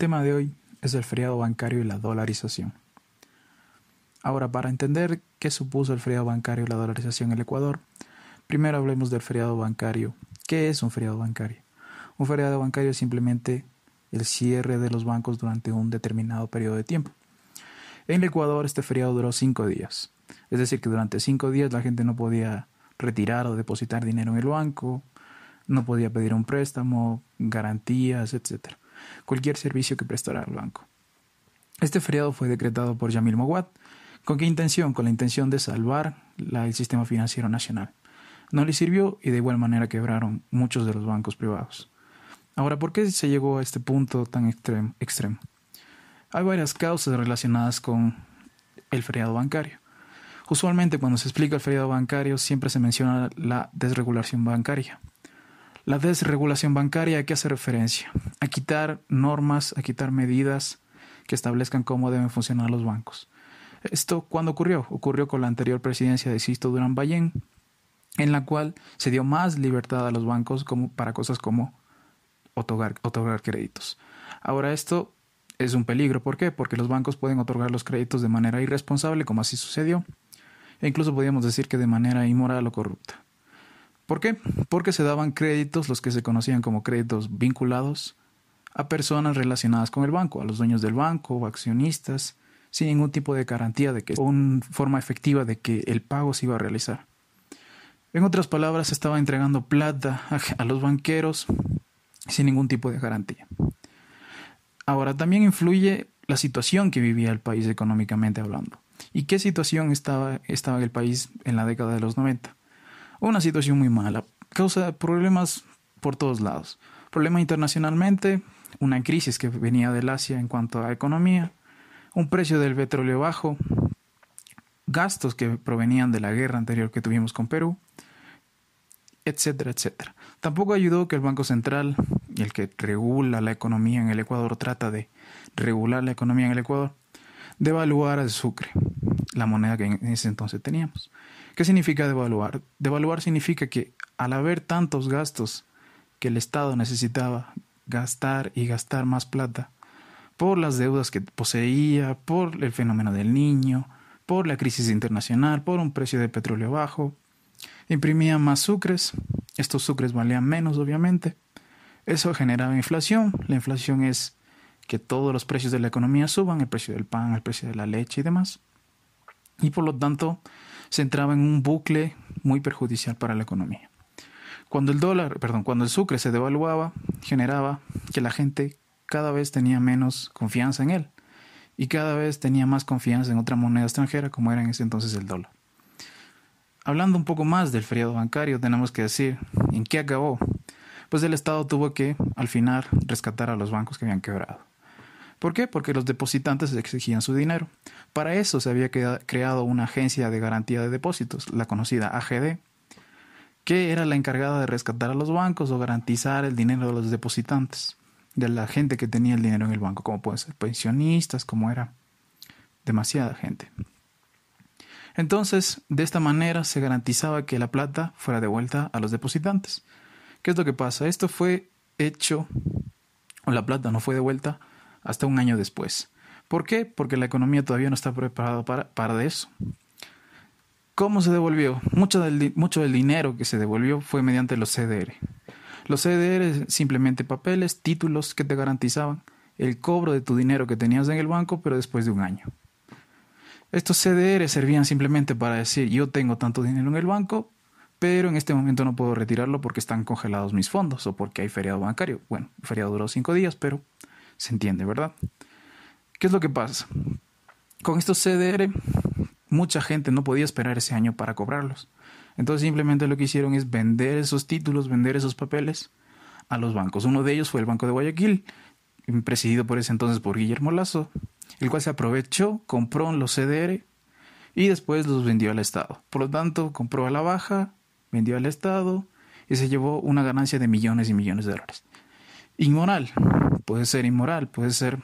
tema de hoy es el feriado bancario y la dolarización. Ahora, para entender qué supuso el feriado bancario y la dolarización en el Ecuador, primero hablemos del feriado bancario. ¿Qué es un feriado bancario? Un feriado bancario es simplemente el cierre de los bancos durante un determinado periodo de tiempo. En el Ecuador este feriado duró 5 días. Es decir, que durante 5 días la gente no podía retirar o depositar dinero en el banco, no podía pedir un préstamo, garantías, etc. Cualquier servicio que prestara el banco. Este feriado fue decretado por Yamil Moawad. ¿Con qué intención? Con la intención de salvar el sistema financiero nacional. No le sirvió y de igual manera quebraron muchos de los bancos privados. Ahora, ¿por qué se llegó a este punto tan extremo? Hay varias causas relacionadas con el feriado bancario. Usualmente cuando se explica el feriado bancario siempre se menciona la desregulación bancaria. La desregulación bancaria, ¿a qué hace referencia? A quitar normas, a quitar medidas que establezcan cómo deben funcionar los bancos. ¿Esto cuándo ocurrió? Ocurrió con la anterior presidencia de Sisto Durán Ballén, en la cual se dio más libertad a los bancos para cosas como otorgar créditos. Ahora esto es un peligro. ¿Por qué? Porque los bancos pueden otorgar los créditos de manera irresponsable, como así sucedió, e incluso podríamos decir que de manera inmoral o corrupta. ¿Por qué? Porque se daban créditos, los que se conocían como créditos vinculados, a personas relacionadas con el banco, a los dueños del banco o accionistas, sin ningún tipo de garantía de que una forma efectiva de que el pago se iba a realizar. En otras palabras, se estaba entregando plata a los banqueros sin ningún tipo de garantía. Ahora, también influye la situación que vivía el país económicamente hablando. ¿Y qué situación estaba el país en la década de los 90? Una situación muy mala, causa problemas por todos lados. Problema internacionalmente, una crisis que venía del Asia en cuanto a economía, un precio del petróleo bajo, gastos que provenían de la guerra anterior que tuvimos con Perú, etcétera, etcétera. Tampoco ayudó que el Banco Central, el que regula la economía en el Ecuador, trata de regular la economía en el Ecuador, devaluar el sucre, la moneda que en ese entonces teníamos. ¿Qué significa devaluar? Devaluar significa que al haber tantos gastos que el Estado necesitaba gastar y gastar más plata por las deudas que poseía, por el fenómeno del Niño, por la crisis internacional, por un precio de petróleo bajo, imprimían más sucres, estos sucres valían menos obviamente, eso generaba inflación, la inflación es que todos los precios de la economía suban, el precio del pan, el precio de la leche y demás, y por lo tanto se entraba en un bucle muy perjudicial para la economía. Cuando el sucre se devaluaba, generaba que la gente cada vez tenía menos confianza en él y cada vez tenía más confianza en otra moneda extranjera como era en ese entonces el dólar. Hablando un poco más del feriado bancario, tenemos que decir en qué acabó. Pues el Estado tuvo que, al final, rescatar a los bancos que habían quebrado. ¿Por qué? Porque los depositantes exigían su dinero. Para eso se había creado una agencia de garantía de depósitos, la conocida AGD, que era la encargada de rescatar a los bancos o garantizar el dinero de los depositantes, de la gente que tenía el dinero en el banco, como pueden ser pensionistas, como era demasiada gente. Entonces, de esta manera se garantizaba que la plata fuera devuelta a los depositantes. ¿Qué es lo que pasa? Esto fue hecho, o la plata no fue devuelta hasta un año después. ¿Por qué? Porque la economía todavía no está preparada para eso. ¿Cómo se devolvió? Mucho del dinero que se devolvió fue mediante los CDR. Los CDR simplemente papeles, títulos que te garantizaban el cobro de tu dinero que tenías en el banco, pero después de un año. Estos CDR servían simplemente para decir, yo tengo tanto dinero en el banco, pero en este momento no puedo retirarlo porque están congelados mis fondos o porque hay feriado bancario. Bueno, el feriado duró 5 días, pero se entiende, ¿verdad? ¿Qué es lo que pasa? Con estos CDR, mucha gente no podía esperar ese año para cobrarlos. Entonces simplemente lo que hicieron es vender esos títulos, vender esos papeles a los bancos. Uno de ellos fue el Banco de Guayaquil, presidido por ese entonces por Guillermo Lasso, el cual se aprovechó, compró los CDR y después los vendió al Estado. Por lo tanto, compró a la baja, vendió al Estado y se llevó una ganancia de millones y millones de dólares. Inmoral, puede ser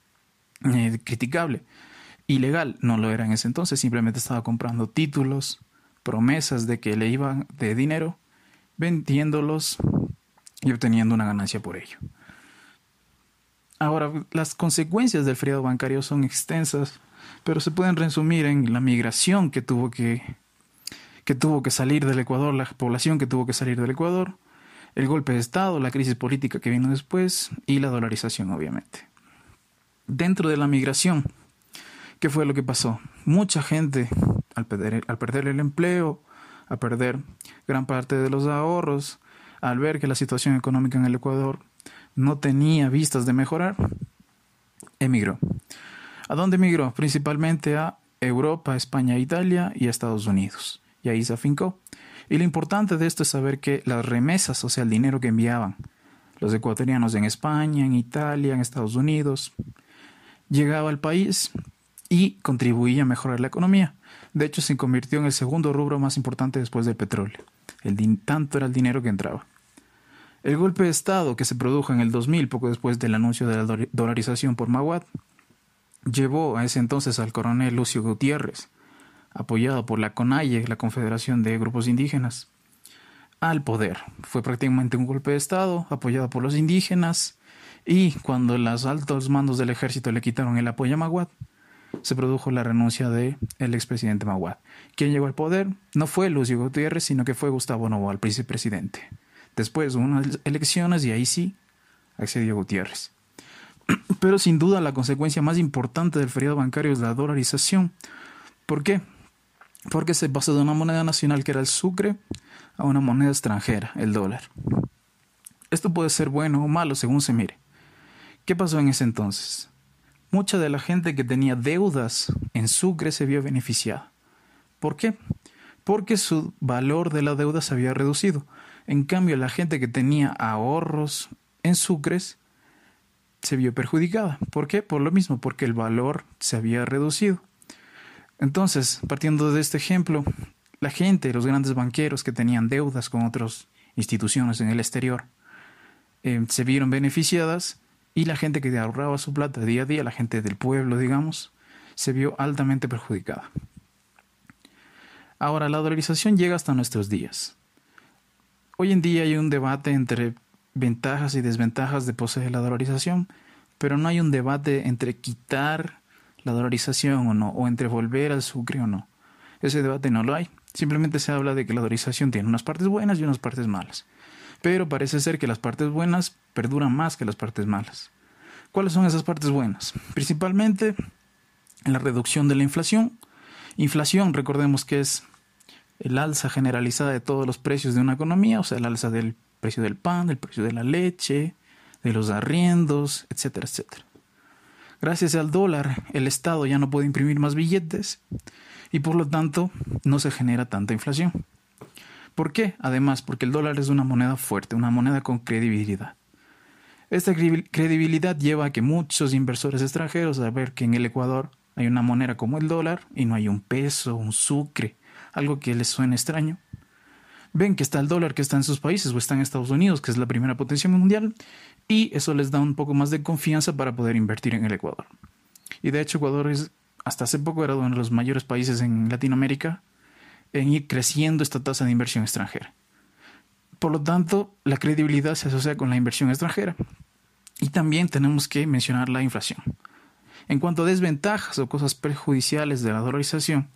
criticable. Ilegal, no lo era en ese entonces, simplemente estaba comprando títulos, promesas de que le iban de dinero, vendiéndolos y obteniendo una ganancia por ello. Ahora, las consecuencias del feriado bancario son extensas, pero se pueden resumir en la migración que tuvo que salir del Ecuador, la población que tuvo que salir del Ecuador, el golpe de Estado, la crisis política que vino después y la dolarización, obviamente. Dentro de la migración, ¿qué fue lo que pasó? Mucha gente, al perder el empleo, a perder gran parte de los ahorros, al ver que la situación económica en el Ecuador no tenía vistas de mejorar, emigró. ¿A dónde emigró? Principalmente a Europa, España, Italia y a Estados Unidos. Y ahí se afincó. Y lo importante de esto es saber que las remesas, o sea, el dinero que enviaban los ecuatorianos en España, en Italia, en Estados Unidos, llegaba al país y contribuía a mejorar la economía. De hecho, se convirtió en el segundo rubro más importante después del petróleo. Tanto era el dinero que entraba. El golpe de Estado que se produjo en el 2000, poco después del anuncio de la dolarización por Maguad, llevó a ese entonces al coronel Lucio Gutiérrez, apoyado por la CONAIE, la Confederación de Grupos Indígenas, al poder. Fue prácticamente un golpe de Estado apoyado por los indígenas, y cuando los altos mandos del ejército le quitaron el apoyo a Maguad, se produjo la renuncia del expresidente Maguad. Quien llegó al poder no fue Lucio Gutiérrez, sino que fue Gustavo Noboa, el vicepresidente. Después hubo unas elecciones y ahí sí accedió Gutiérrez. Pero sin duda la consecuencia más importante del feriado bancario es la dolarización. ¿Por qué? Porque se pasó de una moneda nacional que era el sucre a una moneda extranjera, el dólar. Esto puede ser bueno o malo según se mire. ¿Qué pasó en ese entonces? Mucha de la gente que tenía deudas en sucre se vio beneficiada. ¿Por qué? Porque su valor de la deuda se había reducido. En cambio, la gente que tenía ahorros en sucres se vio perjudicada. ¿Por qué? Por lo mismo, porque el valor se había reducido. Entonces, partiendo de este ejemplo, la gente, los grandes banqueros que tenían deudas con otras instituciones en el exterior, se vieron beneficiadas, y la gente que ahorraba su plata día a día, la gente del pueblo, digamos, se vio altamente perjudicada. Ahora, la dolarización llega hasta nuestros días. Hoy en día hay un debate entre ventajas y desventajas de poseer la dolarización, pero no hay un debate entre quitar la dolarización o no, o entre volver al sucre o no. Ese debate no lo hay. Simplemente se habla de que la dolarización tiene unas partes buenas y unas partes malas. Pero parece ser que las partes buenas perduran más que las partes malas. ¿Cuáles son esas partes buenas? Principalmente la reducción de la inflación. Inflación, recordemos que es el alza generalizada de todos los precios de una economía, o sea, el alza del precio del pan, del precio de la leche, de los arriendos, etcétera, etcétera. Gracias al dólar, el Estado ya no puede imprimir más billetes y por lo tanto no se genera tanta inflación. ¿Por qué? Además, porque el dólar es una moneda fuerte, una moneda con credibilidad. Esta credibilidad lleva a que muchos inversores extranjeros, a ver que en el Ecuador hay una moneda como el dólar y no hay un peso, un sucre, algo que les suene extraño, ven que está el dólar que está en sus países o está en Estados Unidos, que es la primera potencia mundial, y eso les da un poco más de confianza para poder invertir en el Ecuador. Y de hecho Ecuador hasta hace poco era uno de los mayores países en Latinoamérica en ir creciendo esta tasa de inversión extranjera. Por lo tanto, la credibilidad se asocia con la inversión extranjera. Y también tenemos que mencionar la inflación. En cuanto a desventajas o cosas perjudiciales de la dolarización,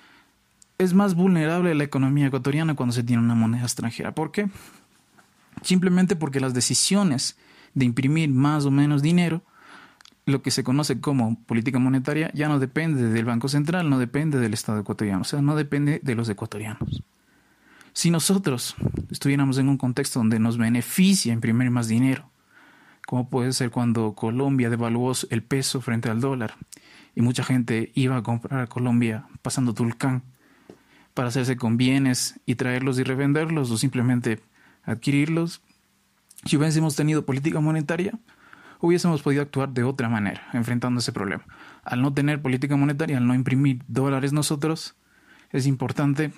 es más vulnerable la economía ecuatoriana cuando se tiene una moneda extranjera. ¿Por qué? Simplemente porque las decisiones de imprimir más o menos dinero, lo que se conoce como política monetaria, ya no depende del Banco Central, no depende del Estado ecuatoriano, o sea, no depende de los ecuatorianos. Si nosotros estuviéramos en un contexto donde nos beneficia imprimir más dinero, como puede ser cuando Colombia devaluó el peso frente al dólar y mucha gente iba a comprar a Colombia pasando Tulcán para hacerse con bienes y traerlos y revenderlos o simplemente adquirirlos, si hubiésemos tenido política monetaria, hubiésemos podido actuar de otra manera, enfrentando ese problema. Al no tener política monetaria, al no imprimir dólares nosotros, es importante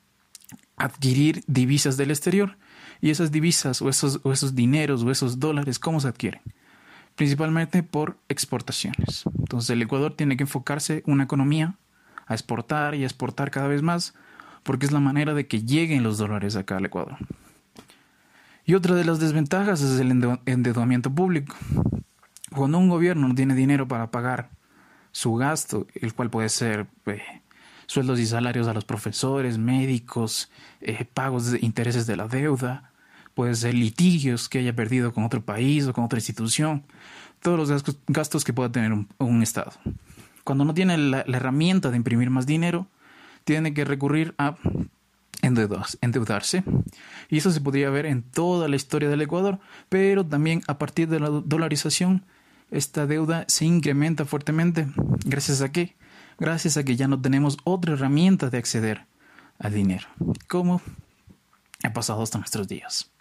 adquirir divisas del exterior. Y esas divisas o esos dineros o esos dólares, ¿cómo se adquieren? Principalmente por exportaciones. Entonces el Ecuador tiene que enfocarse una economía a exportar y a exportar cada vez más, porque es la manera de que lleguen los dólares acá al Ecuador. Y otra de las desventajas es el endeudamiento público. Cuando un gobierno no tiene dinero para pagar su gasto, el cual puede ser sueldos y salarios a los profesores, médicos, pagos de intereses de la deuda, puede ser litigios que haya perdido con otro país o con otra institución, todos los gastos que pueda tener un Estado. Cuando no tiene la herramienta de imprimir más dinero, tiene que recurrir a endeudarse. Y eso se podría ver en toda la historia del Ecuador, pero también a partir de la dolarización, esta deuda se incrementa fuertemente. ¿Gracias a qué? Gracias a que ya no tenemos otra herramienta de acceder al dinero, como ha pasado hasta nuestros días.